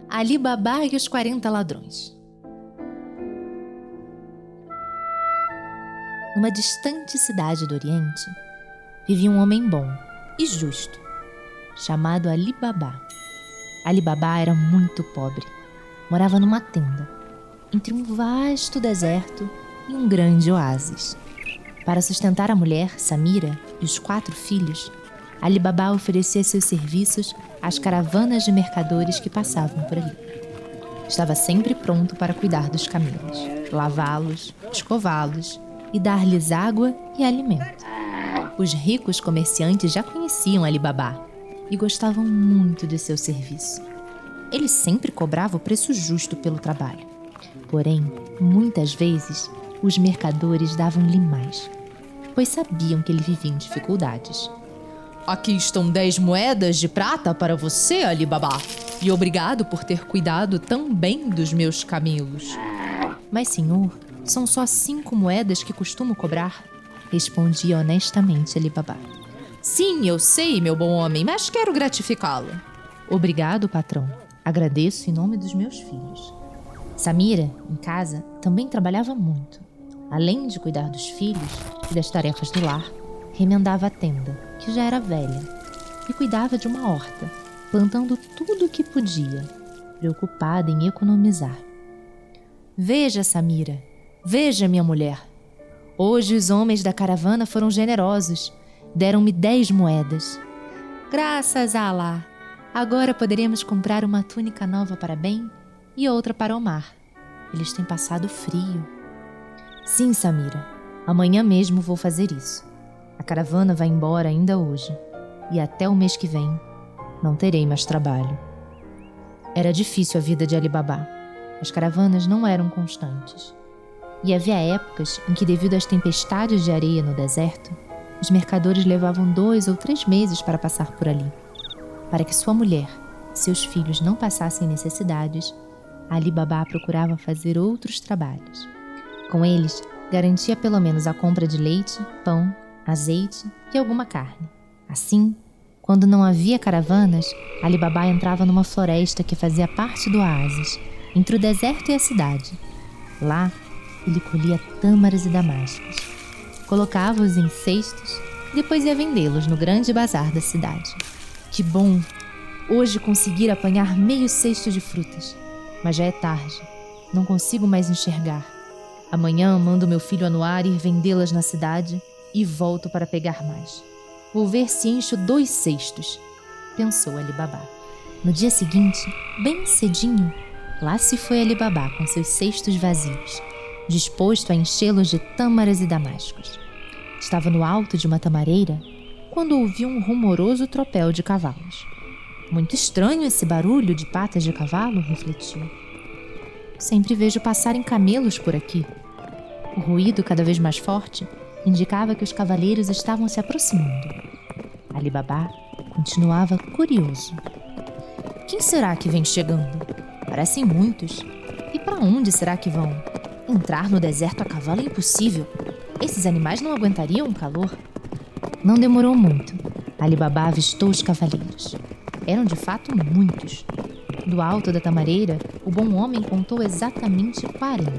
Ali Babá e os 40 ladrões. Numa distante cidade do Oriente, vivia um homem bom e justo, chamado Ali Babá. Ali Babá era muito pobre. Morava numa tenda, entre um vasto deserto e um grande oásis. Para sustentar a mulher, Samira, e os 4 filhos, Ali Babá oferecia seus serviços às caravanas de mercadores que passavam por ali. Estava sempre pronto para cuidar dos camelos, lavá-los, escová-los e dar-lhes água e alimento. Os ricos comerciantes já conheciam Ali Babá e gostavam muito de seu serviço. Ele sempre cobrava o preço justo pelo trabalho. Porém, muitas vezes, os mercadores davam-lhe mais, pois sabiam que ele vivia em dificuldades. Aqui estão 10 moedas de prata para você, Ali Babá. E obrigado por ter cuidado tão bem dos meus camelos. Mas, senhor, são só 5 moedas que costumo cobrar, respondia honestamente Ali Babá. Sim, eu sei, meu bom homem, mas quero gratificá-lo. Obrigado, patrão. Agradeço em nome dos meus filhos. Samira, em casa, também trabalhava muito. Além de cuidar dos filhos e das tarefas do lar, remendava a tenda, que já era velha, e cuidava de uma horta, plantando tudo o que podia, preocupada em economizar. Veja, Samira, veja, minha mulher. Hoje os homens da caravana foram generosos, deram-me 10 moedas. Graças a Alá, agora poderemos comprar uma túnica nova para Ben e outra para Omar. Eles têm passado frio. Sim, Samira, amanhã mesmo vou fazer isso. A caravana vai embora ainda hoje, e até o mês que vem não terei mais trabalho. Era difícil a vida de Ali Babá. As caravanas não eram constantes. E havia épocas em que, devido às tempestades de areia no deserto, os mercadores levavam 2 ou 3 meses para passar por ali. Para que sua mulher e seus filhos não passassem necessidades, Ali Babá procurava fazer outros trabalhos. Com eles, garantia pelo menos a compra de leite, pão, azeite e alguma carne. Assim, quando não havia caravanas, Ali Babá entrava numa floresta que fazia parte do oásis, entre o deserto e a cidade. Lá, ele colhia tâmaras e damascos, colocava-os em cestos e depois ia vendê-los no grande bazar da cidade. Que bom! Hoje consegui apanhar meio cesto de frutas, mas já é tarde, não consigo mais enxergar. Amanhã mando meu filho Anuar ir vendê-las na cidade e volto para pegar mais. Vou ver se encho 2 cestos, pensou Ali Babá. No dia seguinte, bem cedinho, lá se foi Ali Babá com seus cestos vazios, disposto a enchê-los de tâmaras e damascos. Estava no alto de uma tamareira quando ouviu um rumoroso tropel de cavalos. Muito estranho esse barulho de patas de cavalo, refletiu. Sempre vejo passarem camelos por aqui. O ruído, cada vez mais forte, indicava que os cavaleiros estavam se aproximando. Ali Babá continuava curioso. Quem será que vem chegando? Parecem muitos. E para onde será que vão? Entrar no deserto a cavalo é impossível. Esses animais não aguentariam o calor. Não demorou muito. Ali Babá avistou os cavaleiros. Eram de fato muitos. Do alto da tamareira, o bom homem contou exatamente 40.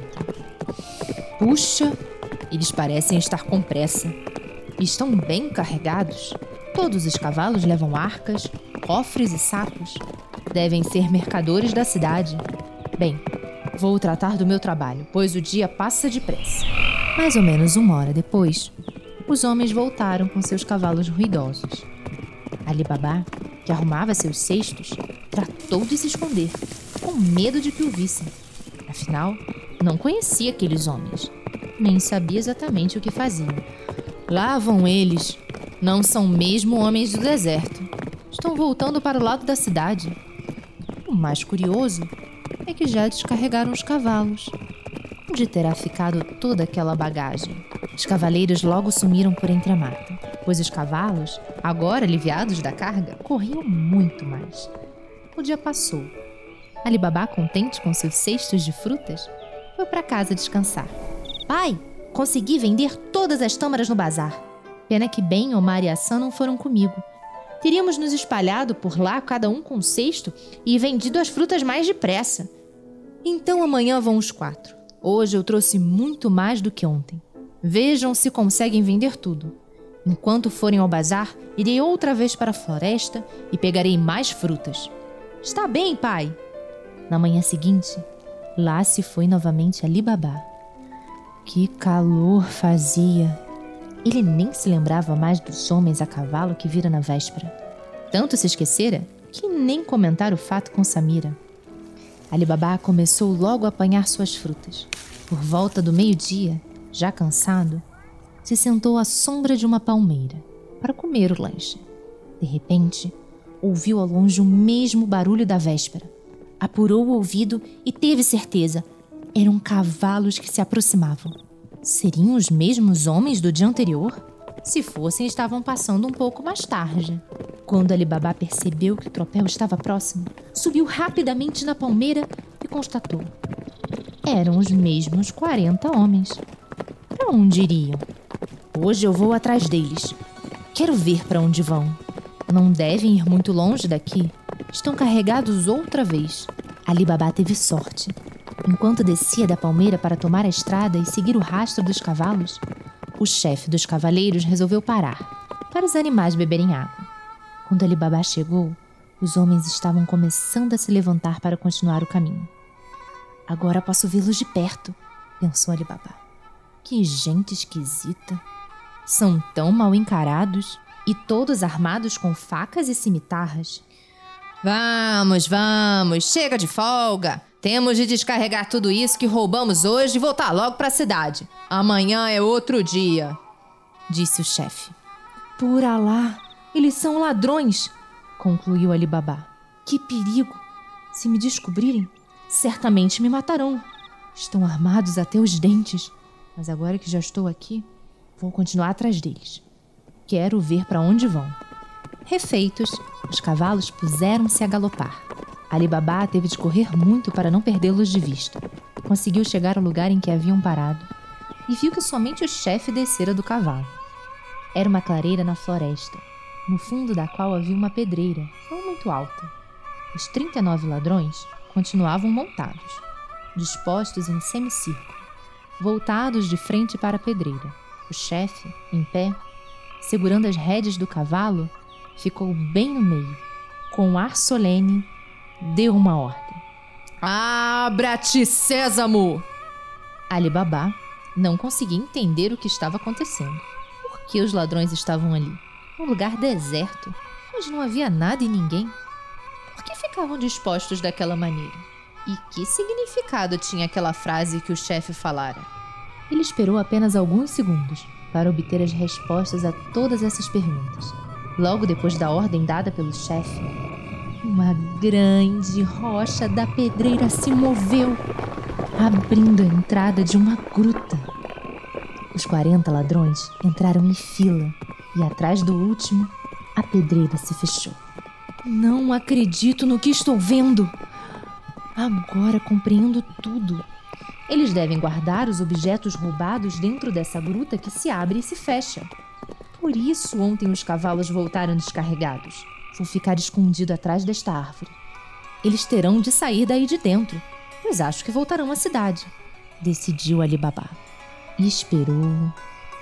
Puxa, eles parecem estar com pressa. E estão bem carregados. Todos os cavalos levam arcas, cofres e sacos. Devem ser mercadores da cidade. Bem, vou tratar do meu trabalho, pois o dia passa depressa. Mais ou menos 1 hora depois, os homens voltaram com seus cavalos ruidosos. Ali Babá, que arrumava seus cestos, tratou de se esconder, com medo de que o vissem. Afinal, não conhecia aqueles homens, nem sabia exatamente o que faziam. Lá vão eles. Não são mesmo homens do deserto. Estão voltando para o lado da cidade. O mais curioso é que já descarregaram os cavalos. Onde terá ficado toda aquela bagagem? Os cavaleiros logo sumiram por entre a mata, pois os cavalos, agora aliviados da carga, corriam muito mais. O dia passou. Ali Babá, contente com seus cestos de frutas, foi para casa descansar. Pai, consegui vender todas as tâmaras no bazar. Pena que Ben, Omar e Hassan não foram comigo. Teríamos nos espalhado por lá, cada um com um cesto, e vendido as frutas mais depressa. Então amanhã vão os 4. Hoje eu trouxe muito mais do que ontem. Vejam se conseguem vender tudo. Enquanto forem ao bazar, irei outra vez para a floresta e pegarei mais frutas. Está bem, pai. Na manhã seguinte, lá se foi novamente Ali Babá. Que calor fazia! Ele nem se lembrava mais dos homens a cavalo que vira na véspera. Tanto se esquecera que nem comentar o fato com Samira. Ali Babá começou logo a apanhar suas frutas. Por volta do meio-dia, já cansado, se sentou à sombra de uma palmeira para comer o lanche. De repente, ouviu ao longe o mesmo barulho da véspera. Apurou o ouvido e teve certeza. Eram cavalos que se aproximavam. Seriam os mesmos homens do dia anterior? Se fossem, estavam passando um pouco mais tarde. Quando Ali Babá percebeu que o tropel estava próximo, subiu rapidamente na palmeira e constatou. Eram os mesmos 40 homens. Para onde iriam? Hoje eu vou atrás deles. Quero ver para onde vão. Não devem ir muito longe daqui. Estão carregados outra vez. Ali Babá teve sorte. Enquanto descia da palmeira para tomar a estrada e seguir o rastro dos cavalos, o chefe dos cavaleiros resolveu parar para os animais beberem água. Quando Ali Babá chegou, os homens estavam começando a se levantar para continuar o caminho. Agora posso vê-los de perto, pensou Ali Babá. Que gente esquisita. São tão mal encarados e todos armados com facas e cimitarras. Vamos, chega de folga. Temos de descarregar tudo isso que roubamos hoje e voltar logo para a cidade. Amanhã é outro dia, disse o chefe. Por Alá, eles são ladrões, concluiu Ali Babá. Que perigo! Se me descobrirem, certamente me matarão. Estão armados até os dentes. Mas agora que já estou aqui, vou continuar atrás deles. Quero ver para onde vão. Refeitos, os cavalos puseram-se a galopar. Ali Babá teve de correr muito para não perdê-los de vista. Conseguiu chegar ao lugar em que haviam parado e viu que somente o chefe descera do cavalo. Era uma clareira na floresta, no fundo da qual havia uma pedreira, não muito alta. Os 39 ladrões continuavam montados, dispostos em semicírculo, voltados de frente para a pedreira. O chefe, em pé, segurando as rédeas do cavalo, ficou bem no meio. Com um ar solene, deu uma ordem. Abra-te, sésamo! Ali Babá não conseguia entender o que estava acontecendo. Por que os ladrões estavam ali? Um lugar deserto, onde não havia nada e ninguém. Por que ficavam dispostos daquela maneira? E que significado tinha aquela frase que o chefe falara? Ele esperou apenas alguns segundos para obter as respostas a todas essas perguntas. Logo depois da ordem dada pelo chefe, uma grande rocha da pedreira se moveu, abrindo a entrada de uma gruta. Os 40 ladrões entraram em fila e, atrás do último, a pedreira se fechou. Não acredito no que estou vendo! Agora compreendo tudo. Eles devem guardar os objetos roubados dentro dessa gruta que se abre e se fecha. Por isso ontem os cavalos voltaram descarregados. Vou ficar escondido atrás desta árvore. Eles terão de sair daí de dentro, pois acho que voltarão à cidade, decidiu Ali Babá. E esperou,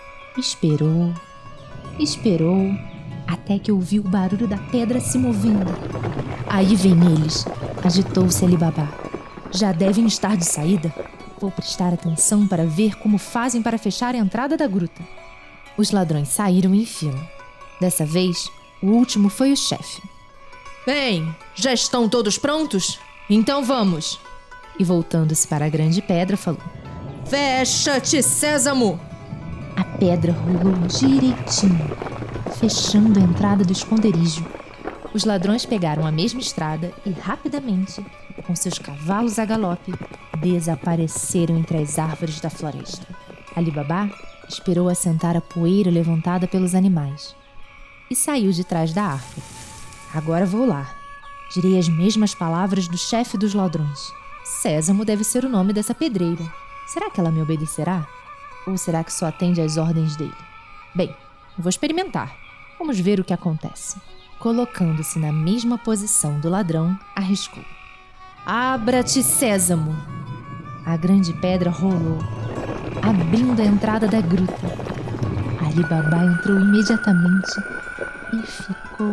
até que ouviu o barulho da pedra se movendo. Aí vem eles, agitou-se Ali Babá. Já devem estar de saída. Vou prestar atenção para ver como fazem para fechar a entrada da gruta. Os ladrões saíram em fila. Dessa vez, o último foi o chefe. Bem, já estão todos prontos? Então vamos. E voltando-se para a grande pedra, falou: Fecha-te, sésamo! A pedra rolou direitinho, fechando a entrada do esconderijo. Os ladrões pegaram a mesma estrada e, rapidamente, com seus cavalos a galope, desapareceram entre as árvores da floresta. Ali Babá esperou assentar a poeira levantada pelos animais e saiu de trás da árvore. Agora vou lá. Direi as mesmas palavras do chefe dos ladrões. Sésamo deve ser o nome dessa pedreira. Será que ela me obedecerá? Ou será que só atende às ordens dele? Bem, vou experimentar. Vamos ver o que acontece. Colocando-se na mesma posição do ladrão, arriscou: "Abra-te, sésamo!" A grande pedra rolou, abrindo a entrada da gruta. Ali Baba entrou imediatamente e ficou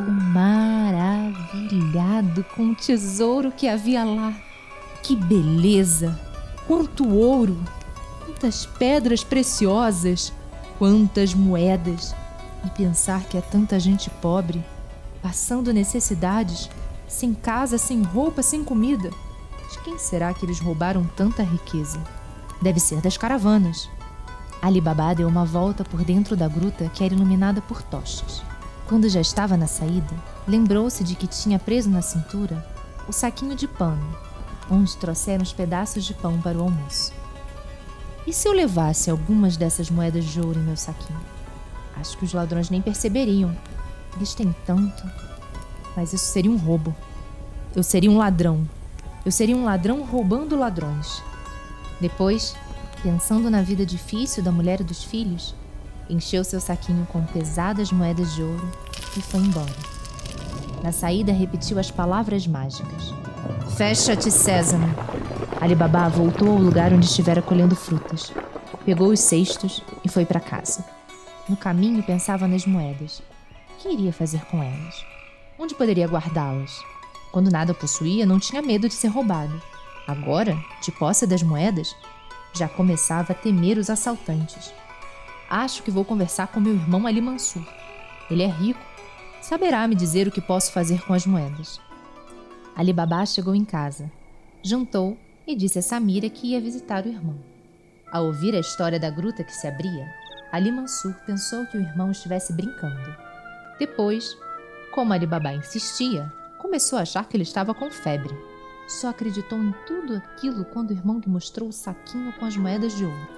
maravilhado com o tesouro que havia lá. Que beleza! Quanto ouro! Quantas pedras preciosas! Quantas moedas! E pensar que é tanta gente pobre, passando necessidades, sem casa, sem roupa, sem comida. De quem será que eles roubaram tanta riqueza? Deve ser das caravanas. Ali Baba deu uma volta por dentro da gruta que era iluminada por tochas. Quando já estava na saída, lembrou-se de que tinha preso na cintura o saquinho de pano, onde trouxeram os pedaços de pão para o almoço. E se eu levasse algumas dessas moedas de ouro em meu saquinho? Acho que os ladrões nem perceberiam. Eles têm tanto. Mas isso seria um roubo. Eu seria um ladrão. Eu seria um ladrão roubando ladrões. Depois, pensando na vida difícil da mulher e dos filhos, encheu seu saquinho com pesadas moedas de ouro e foi embora. Na saída, repetiu as palavras mágicas: "Fecha-te, sésamo!" Ali Baba voltou ao lugar onde estivera colhendo frutas, pegou os cestos e foi para casa. No caminho, pensava nas moedas. O que iria fazer com elas? Onde poderia guardá-las? Quando nada possuía, não tinha medo de ser roubado. Agora, de posse das moedas, já começava a temer os assaltantes. Acho que vou conversar com meu irmão Ali Mansur. Ele é rico. Saberá me dizer o que posso fazer com as moedas. Ali Baba chegou em casa, jantou e disse a Samira que ia visitar o irmão. Ao ouvir a história da gruta que se abria, Ali Mansur pensou que o irmão estivesse brincando. Depois, como Ali Baba insistia, começou a achar que ele estava com febre. Só acreditou em tudo aquilo quando o irmão lhe mostrou o saquinho com as moedas de ouro.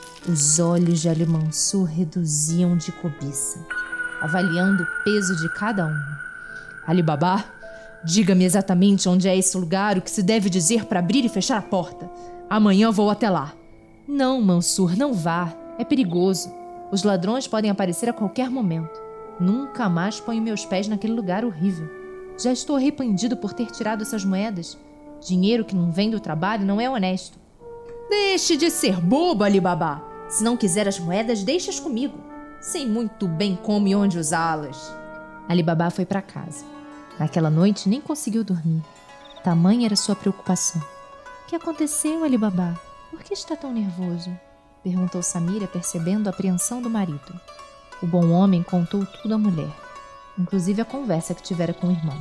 Os olhos de Ali Mansur reduziam de cobiça, avaliando o peso de cada um. Ali Baba, diga-me exatamente onde é esse lugar, o que se deve dizer para abrir e fechar a porta. Amanhã vou até lá. Não, Mansur, não vá. É perigoso. Os ladrões podem aparecer a qualquer momento. Nunca mais ponho meus pés naquele lugar horrível. Já estou arrependido por ter tirado essas moedas. Dinheiro que não vem do trabalho não é honesto. Deixe de ser bobo, Ali Baba. Se não quiser as moedas, deixe-as comigo. Sei muito bem como e onde usá-las. Ali Baba foi para casa. Naquela noite nem conseguiu dormir. Tamanha era sua preocupação. O que aconteceu, Ali Baba? Por que está tão nervoso? Perguntou Samira, percebendo a apreensão do marido. O bom homem contou tudo à mulher, inclusive a conversa que tivera com o irmão.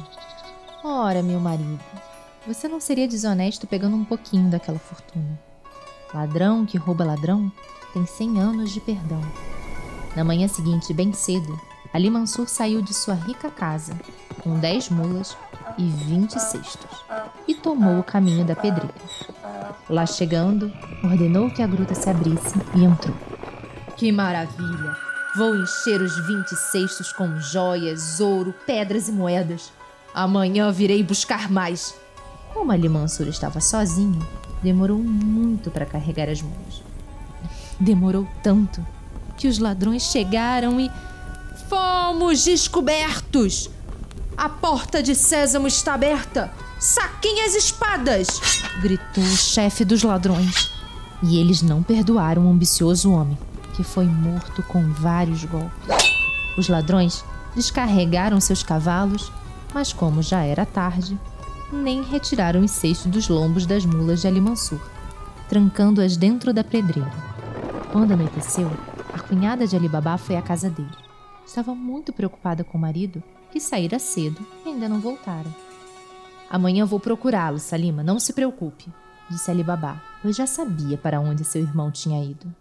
Ora, meu marido, você não seria desonesto pegando um pouquinho daquela fortuna. Ladrão que rouba ladrão tem 100 anos de perdão. Na manhã seguinte, bem cedo, Ali Mansur saiu de sua rica casa, com 10 mulas e 20 cestos, e tomou o caminho da pedreira. Lá chegando, ordenou que a gruta se abrisse e entrou. Que maravilha! Vou encher os 20 cestos com joias, ouro, pedras e moedas. Amanhã virei buscar mais. Como Ali Mansur estava sozinho, demorou muito para carregar as mulas. Demorou tanto que os ladrões chegaram e... Fomos descobertos! A porta de Sésamo está aberta! Saquem as espadas! Gritou o chefe dos ladrões. E eles não perdoaram o ambicioso homem, que foi morto com vários golpes. Os ladrões descarregaram seus cavalos, mas como já era tarde, nem retiraram os cestos dos lombos das mulas de Ali Mansur, trancando-as dentro da pedreira. Quando anoiteceu, a cunhada de Ali Baba foi à casa dele. Estava muito preocupada com o marido, que saíra cedo e ainda não voltara. Amanhã vou procurá-lo, Salima, não se preocupe, disse Ali Baba, pois já sabia para onde seu irmão tinha ido.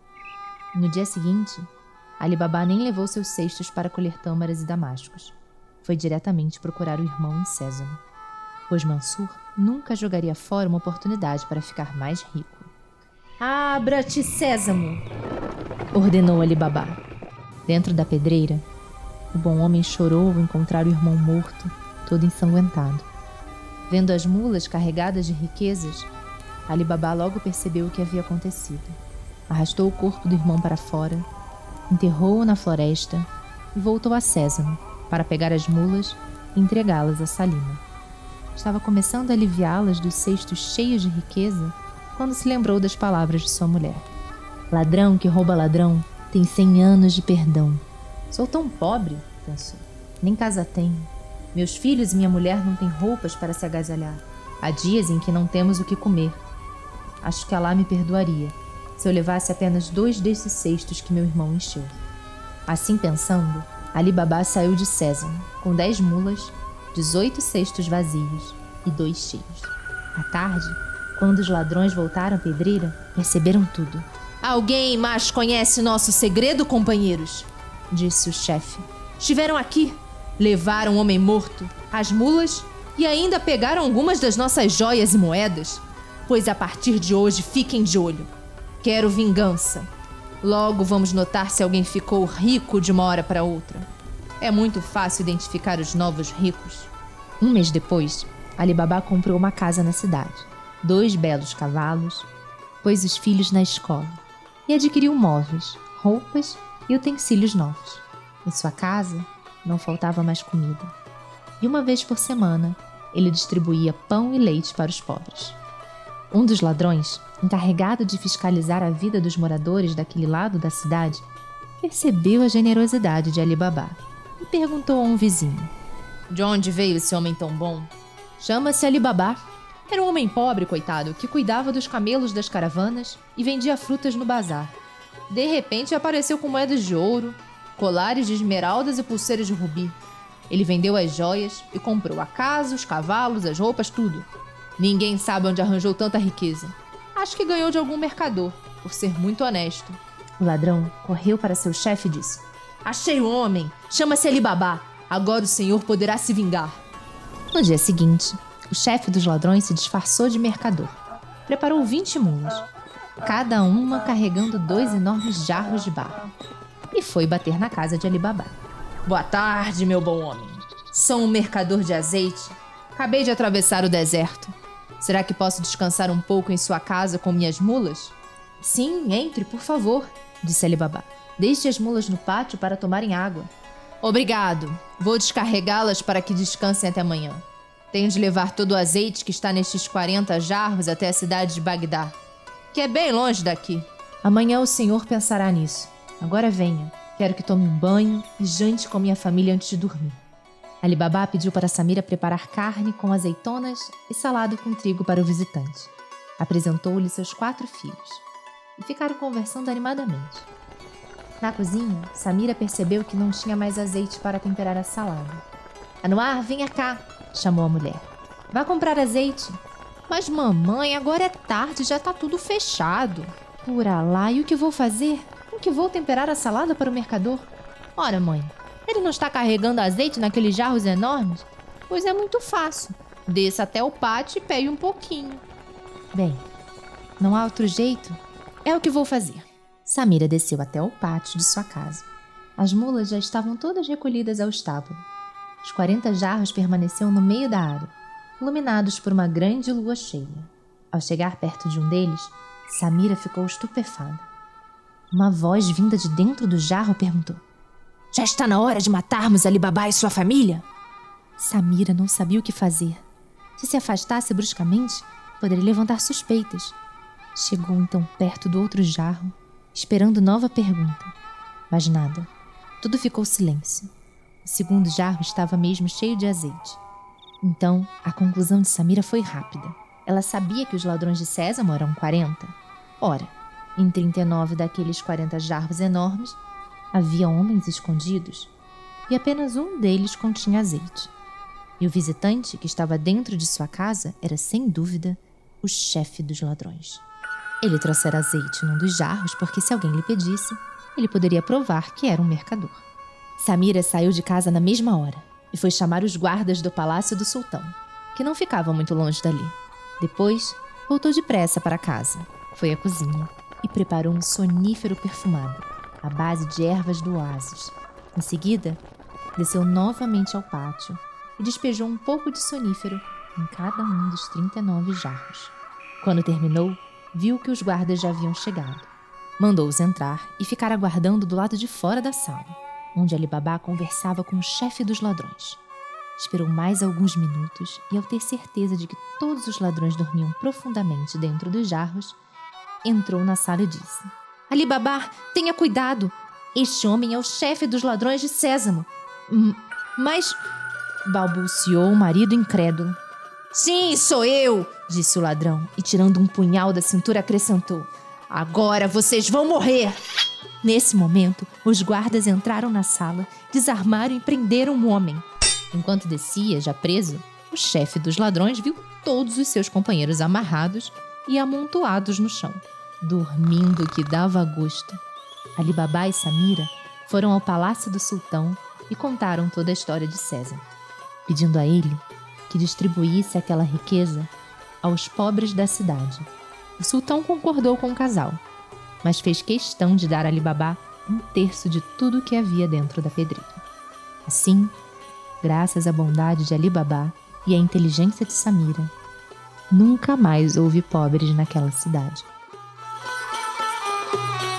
No dia seguinte, Ali Baba nem levou seus cestos para colher tâmaras e damascos. Foi diretamente procurar o irmão em Sésamo, pois Mansur nunca jogaria fora uma oportunidade para ficar mais rico. Abra-te, Sésamo! Ordenou Ali Baba. Dentro da pedreira, o bom homem chorou ao encontrar o irmão morto, todo ensanguentado. Vendo as mulas carregadas de riquezas, Ali Baba logo percebeu o que havia acontecido. Arrastou o corpo do irmão para fora, enterrou-o na floresta e voltou a Sésamo, para pegar as mulas e entregá-las a Salima. Estava começando a aliviá-las dos cestos cheios de riqueza quando se lembrou das palavras de sua mulher. Ladrão que rouba ladrão tem 100 anos de perdão. Sou tão pobre, pensou. Nem casa tenho. Meus filhos e minha mulher não têm roupas para se agasalhar. Há dias em que não temos o que comer. Acho que Alá me perdoaria se eu levasse apenas 2 desses cestos que meu irmão encheu. Assim pensando, Ali Babá saiu de Sésamo com 10 mulas, 18 cestos vazios e 2 cheios. À tarde, quando os ladrões voltaram à pedreira, perceberam tudo. Alguém mais conhece nosso segredo, companheiros? Disse o chefe. Estiveram aqui, levaram um homem morto, as mulas e ainda pegaram algumas das nossas joias e moedas. Pois a partir de hoje fiquem de olho. Quero vingança. Logo vamos notar se alguém ficou rico de uma hora para outra. É muito fácil identificar os novos ricos. Um mês depois, Ali Babá comprou uma casa na cidade, 2 belos cavalos, pôs os filhos na escola e adquiriu móveis, roupas e utensílios novos. Em sua casa não faltava mais comida. E uma vez por semana, ele distribuía pão e leite para os pobres. Um dos ladrões, encarregado de fiscalizar a vida dos moradores daquele lado da cidade, percebeu a generosidade de Ali Babá e perguntou a um vizinho: de onde veio esse homem tão bom? Chama-se Ali Babá. Era um homem pobre, coitado, que cuidava dos camelos das caravanas e vendia frutas no bazar. De repente apareceu com moedas de ouro, colares de esmeraldas e pulseiras de rubi. Ele vendeu as joias e comprou a casa, os cavalos, as roupas, tudo. Ninguém sabe onde arranjou tanta riqueza. Acho que ganhou de algum mercador, por ser muito honesto. O ladrão correu para seu chefe e disse: achei o homem, chama-se Ali Babá. Agora o senhor poderá se vingar. No dia seguinte, o chefe dos ladrões se disfarçou de mercador. Preparou 20 mulas, cada uma carregando 2 enormes jarros de barro, e foi bater na casa de Ali Babá. Boa tarde, meu bom homem. Sou um mercador de azeite. Acabei de atravessar o deserto. Será que posso descansar um pouco em sua casa com minhas mulas? Sim, entre, por favor, disse Ali Babá. Deixe as mulas no pátio para tomarem água. Obrigado. Vou descarregá-las para que descansem até amanhã. Tenho de levar todo o azeite que está nestes 40 jarros até a cidade de Bagdá, que é bem longe daqui. Amanhã o senhor pensará nisso. Agora venha. Quero que tome um banho e jante com minha família antes de dormir. Ali Babá pediu para Samira preparar carne com azeitonas e salada com trigo para o visitante. Apresentou-lhe seus 4 filhos e ficaram conversando animadamente. Na cozinha, Samira percebeu que não tinha mais azeite para temperar a salada. Anwar, venha cá, chamou a mulher. Vá comprar azeite. Mas mamãe, agora é tarde, já está tudo fechado. Por Alá, e o que vou fazer? Com que vou temperar a salada para o mercador? Ora, mãe, ele não está carregando azeite naqueles jarros enormes? Pois é muito fácil. Desça até o pátio e pegue um pouquinho. Bem, não há outro jeito? É o que vou fazer. Samira desceu até o pátio de sua casa. As mulas já estavam todas recolhidas ao estábulo. Os 40 jarros permaneciam no meio da área, iluminados por uma grande lua cheia. Ao chegar perto de um deles, Samira ficou estupefada. Uma voz vinda de dentro do jarro perguntou: já está na hora de matarmos Ali Babá e sua família? Samira não sabia o que fazer. Se afastasse bruscamente, poderia levantar suspeitas. Chegou então perto do outro jarro, esperando nova pergunta. Mas nada. Tudo ficou silêncio. O segundo jarro estava mesmo cheio de azeite. Então, a conclusão de Samira foi rápida. Ela sabia que os ladrões de Sésamo eram 40. Ora, em 39 daqueles 40 jarros enormes, havia homens escondidos e apenas um deles continha azeite. E o visitante que estava dentro de sua casa era, sem dúvida, o chefe dos ladrões. Ele trouxera azeite num dos jarros porque, se alguém lhe pedisse, ele poderia provar que era um mercador. Samira saiu de casa na mesma hora e foi chamar os guardas do palácio do sultão, que não ficavam muito longe dali. Depois, voltou depressa para casa, foi à cozinha e preparou um sonífero perfumado, à base de ervas do oásis. Em seguida, desceu novamente ao pátio e despejou um pouco de sonífero em cada um dos 39 jarros. Quando terminou, viu que os guardas já haviam chegado. Mandou-os entrar e ficar aguardando do lado de fora da sala. onde Ali Baba conversava com o chefe dos ladrões. Esperou mais alguns minutos e, ao ter certeza de que todos os ladrões dormiam profundamente dentro dos jarros, entrou na sala e disse: Ali Baba, tenha cuidado! Este homem é o chefe dos ladrões de Sésamo. Mas... balbuciou o marido incrédulo. Sim, sou eu, disse o ladrão e, tirando um punhal da cintura, acrescentou: agora vocês vão morrer! Nesse momento, os guardas entraram na sala, desarmaram e prenderam o homem. Enquanto descia, já preso, o chefe dos ladrões viu todos os seus companheiros amarrados e amontoados no chão, dormindo que dava gosto. Ali Baba e Samira foram ao palácio do sultão e contaram toda a história de Sésamo, pedindo a ele que distribuísse aquela riqueza aos pobres da cidade. O sultão concordou com o casal, mas fez questão de dar a Ali Baba 1/3 de tudo o que havia dentro da pedreira. Assim, graças à bondade de Ali Baba e à inteligência de Samira, nunca mais houve pobres naquela cidade.